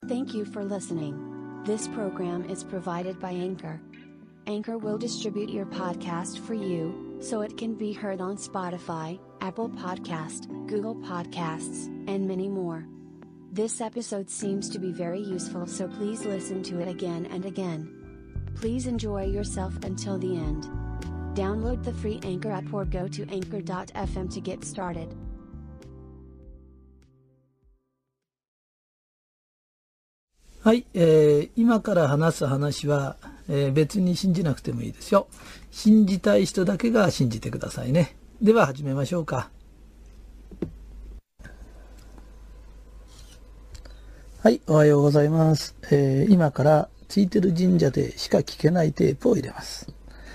Thank you for listening. This program is provided by Anchor. Anchor will distribute your podcast for you, so it can be heard on Spotify, Apple Podcast, Google Podcasts, and many more. This episode seems to be very useful, so please listen to it again and again. Please enjoy yourself until the end. Download the free Anchor app or go to anchor.fm to get started. はい、今から話す話は、別に信じなくてもいいですよ。信じたい人だけが信じてくださいね。では始めましょうか。はい、おはようございます。今からついてる神社でしか聞けないテープを入れます。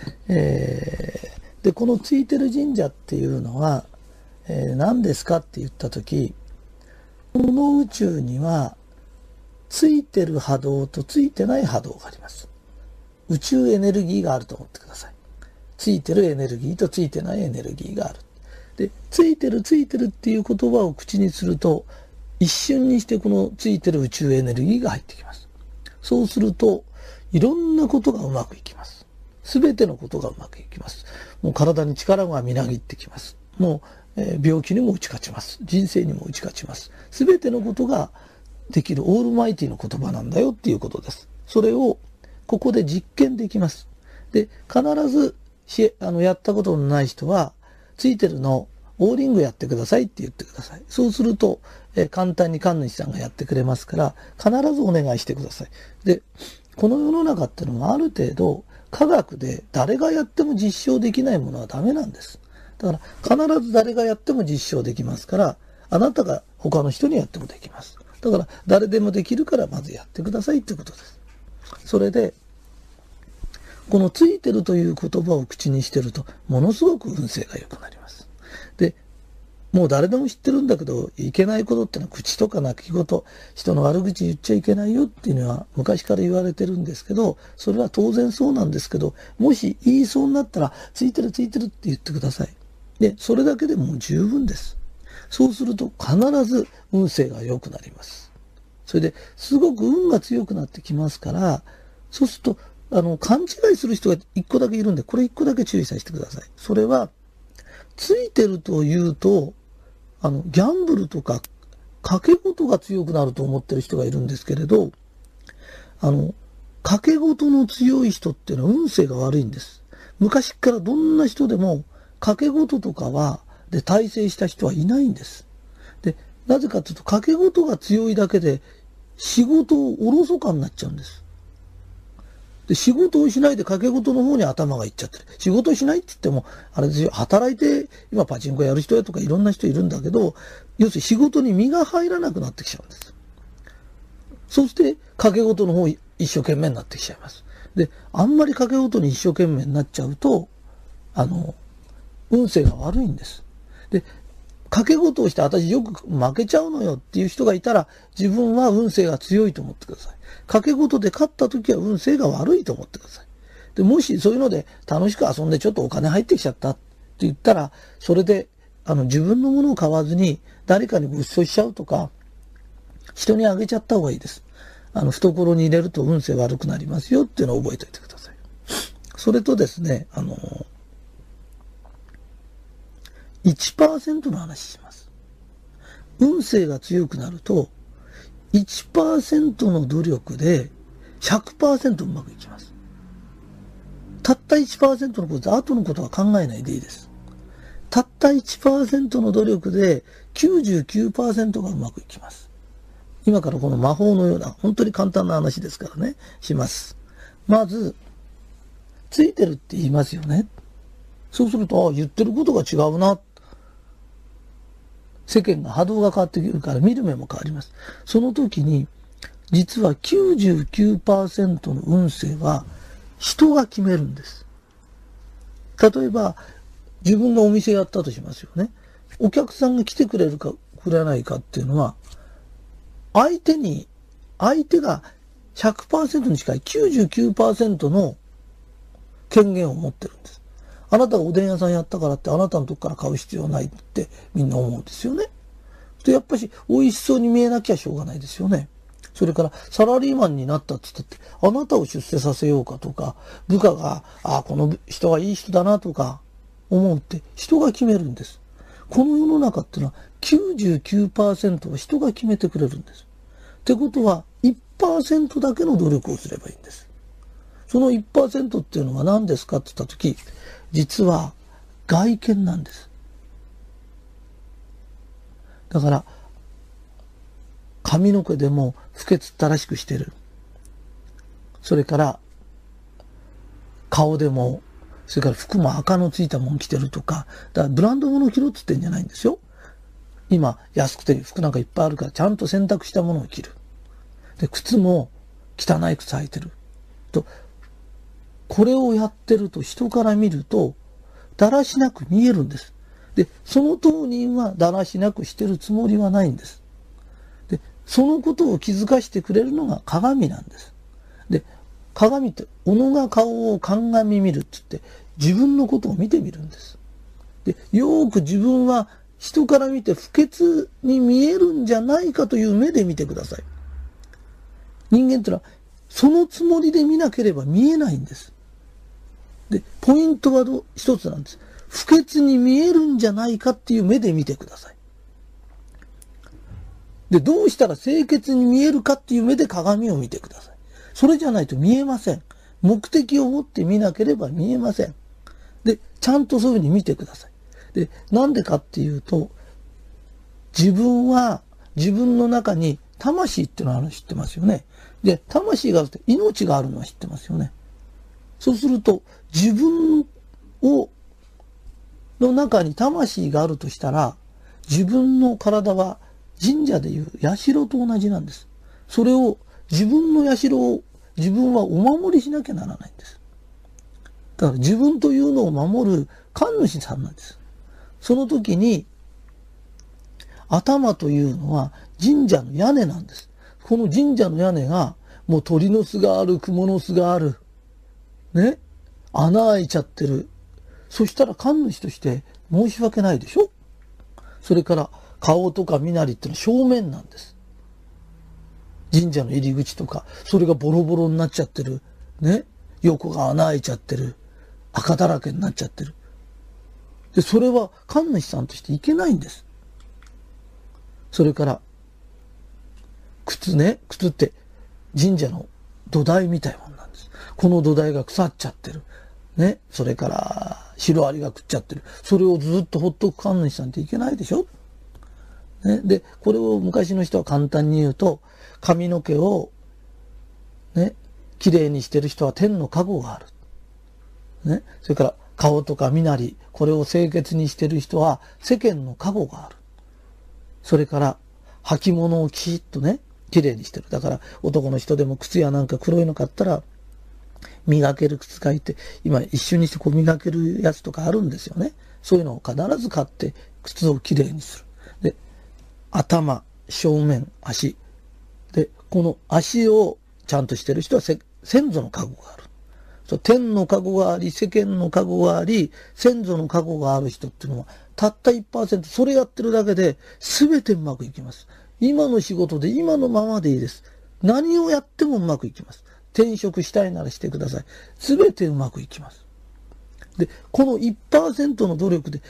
で、このついてる神社っていうのは、何ですかって言ったとき、この宇宙にはついてる波動とついてない波動があります。宇宙エネルギーがあると思ってください。ついてるエネルギーとついてないエネルギーがある。で、ついてるっていう言葉を口にすると、一瞬にしてこのついてる宇宙エネルギーが入ってきます。そうすると、いろんなことがうまくいきます。すべてのことがうまくいきます。もう体に力がみなぎってきます。もう、病気にも打ち勝ちます。人生にも打ち勝ちます。すべてのことができるオールマイティの言葉なんだよっていうことです。それをここで実験できます。で、必ずやったことのない人は、ついてるのオーリングやってくださいって言ってください。そうすると、簡単に神主さんがやってくれますから、必ずお願いしてください。で、この世の中っていうのはある程度、科学で誰がやっても実証できないものはダメなんです。だから必ず誰がやっても実証できますから、あなたが他の人にやってもできます。だから誰でもできるからまずやってくださいってことです。それで、このついてるという言葉を口にしてると、ものすごく運勢が良くなります。で、もう誰でも知ってるんだけど、いけないことってのは口とか泣き言、人の悪口言っちゃいけないよっていうのは昔から言われてるんですけど、それは当然そうなんですけど、もし言いそうになったら、ついてるって言ってください。で、それだけでもう十分です。そうすると必ず運勢が良くなります。それですごく運が強くなってきますから、そうすると、勘違いする人が一個だけいるんで、これ一個だけ注意させてください。それは、ついてるというと、ギャンブルとか賭け事が強くなると思ってる人がいるんですけれど、賭け事の強い人っていうのは運勢が悪いんです。昔からどんな人でも賭け事とかで大成した人はいないんです。で、なぜかというと賭け事が強いだけで仕事をおろそかになっちゃうんです。で、仕事をしないで賭け事の方に頭がいっちゃってる。仕事をしないって言っても、あれですよ、働いて、今パチンコやる人やとかいろんな人いるんだけど、要するに仕事に身が入らなくなってきちゃうんです。そして、賭け事の方一生懸命になってきちゃいます。で、あんまり賭け事に一生懸命になっちゃうと、運勢が悪いんです。で、賭け事をして私よく負けちゃうのよっていう人がいたら、自分は運勢が強いと思ってください。賭け事で勝った時は運勢が悪いと思ってください。で、もしそういうので楽しく遊んでちょっとお金入ってきちゃったって言ったら、それで自分のものを買わずに誰かに物色しちゃうとか、人にあげちゃった方がいいです。懐に入れると運勢悪くなりますよっていうのを覚えておいてください。それとですね、1% の話します。運勢が強くなると、1% の努力で 100% うまくいきます。たった 1% のことで、後のことは考えないでいいです。たった 1% の努力で 99% がうまくいきます。今からこの魔法のような、本当に簡単な話ですからね、します。まず、ついてるって言いますよね。そうすると、言ってることが違うな。世間が波動が変わってくるから見る目も変わります。その時に、実は 99% の運勢は人が決めるんです。例えば、自分がお店やったとしますよね。お客さんが来てくれるかくれないかっていうのは、相手が 100% に近い 99% の権限を持ってるんです。あなたがおでん屋さんやったからってあなたのとこから買う必要ないってみんな思うんですよね。で、やっぱし美味しそうに見えなきゃしょうがないですよね。 それからサラリーマンになったって言ったって、あなたを出世させようかとか、部下が、この人はいい人だなとか思うって人が決めるんです。この世の中っていうのは 99% は人が決めてくれるんです。ってことは 1% だけの努力をすればいいんです。その 1% っていうのは何ですかって言ったとき、実は外見なんです。だから、髪の毛でも不潔ったらしくしてる。それから、顔でも、それから服も赤のついたもの着てるとか、だからブランド物を着ろって言ってんじゃないんですよ。今、安くて服なんかいっぱいあるから、ちゃんと洗濯したものを着る。で、靴も汚い靴履いてる。と、これをやってると人から見ると、だらしなく見えるんです。で、その当人はだらしなくしてるつもりはないんです。で、そのことを気づかしてくれるのが鏡なんです。で、鏡って、己が顔を鑑見るって言って、自分のことを見てみるんです。で、よーく自分は人から見て不潔に見えるんじゃないかという目で見てください。人間ってのは、そのつもりで見なければ見えないんです。で、ポイントは一つなんです。不潔に見えるんじゃないかっていう目で見てください。で、どうしたら清潔に見えるかっていう目で鏡を見てください。それじゃないと見えません。目的を持って見なければ見えません。で、ちゃんとそういうふうに見てください。で、なんでかっていうと、自分は自分の中に魂っていうのがあるの知ってますよね。で、魂があると命があるのは知ってますよね。そうすると、自分の中に魂があるとしたら、自分の体は神社でいう社と同じなんです。それを、自分の社を自分はお守りしなきゃならないんです。だから自分というのを守る神主さんなんです。その時に、頭というのは神社の屋根なんです。この神社の屋根が、もう鳥の巣がある、蜘蛛の巣がある。ね。穴開いちゃってる。そしたら神主として申し訳ないでしょ。それから顔とか身なりってのは正面なんです。神社の入り口とか、それがボロボロになっちゃってる。ね。横が穴開いちゃってる。赤だらけになっちゃってる。で、それは神主さんとしていけないんです。それから、靴ね。靴って神社の土台みたいなもんなんです。この土台が腐っちゃってる。ね。それから、シロアリが食っちゃってる。それをずっとほっとく神主さんっていけないでしょ。ね。で、これを昔の人は簡単に言うと、髪の毛を、ね、きれいにしてる人は天の加護がある。ね。それから、顔とか身なり、これを清潔にしてる人は世間の加護がある。それから、履物をきちっとね、きれいにしてる。だから、男の人でも靴やなんか黒いの買ったら、磨ける靴買いて、今一緒にしてこう磨けるやつとかあるんですよね。そういうのを必ず買って靴をきれいにする。で、頭、正面、足。で、この足をちゃんとしてる人は先祖の加護がある。そう、天の加護があり、世間の加護があり、先祖の加護がある人っていうのは、たった 1%、それやってるだけで全てうまくいきます。今の仕事で今のままでいいです。何をやってもうまくいきます。転職したいならしてください。全てうまくいきます。で、この 1% の努力で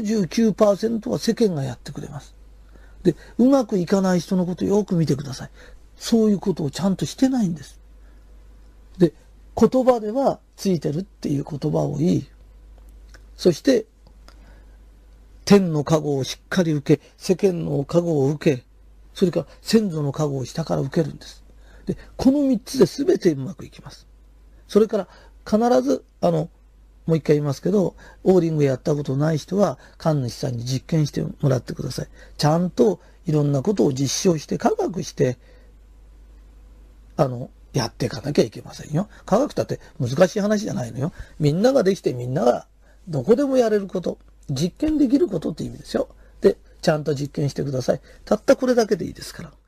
99% は世間がやってくれます。で、うまくいかない人のことをよく見てください。そういうことをちゃんとしてないんです。で、言葉ではついてるっていう言葉を言い、そして、天の加護をしっかり受け、世間の加護を受け、それから先祖の加護を下から受けるんです。で、この3つで全てうまくいきます。それから必ず、もう一回言いますけど、オーリングやったことない人は神主さんに実験してもらってください。ちゃんといろんなことを実証して科学して、やっていかなきゃいけませんよ。科学だって難しい話じゃないのよ。みんなができてみんながどこでもやれること、実験できることって意味ですよ。で、ちゃんと実験してください。たったこれだけでいいですから。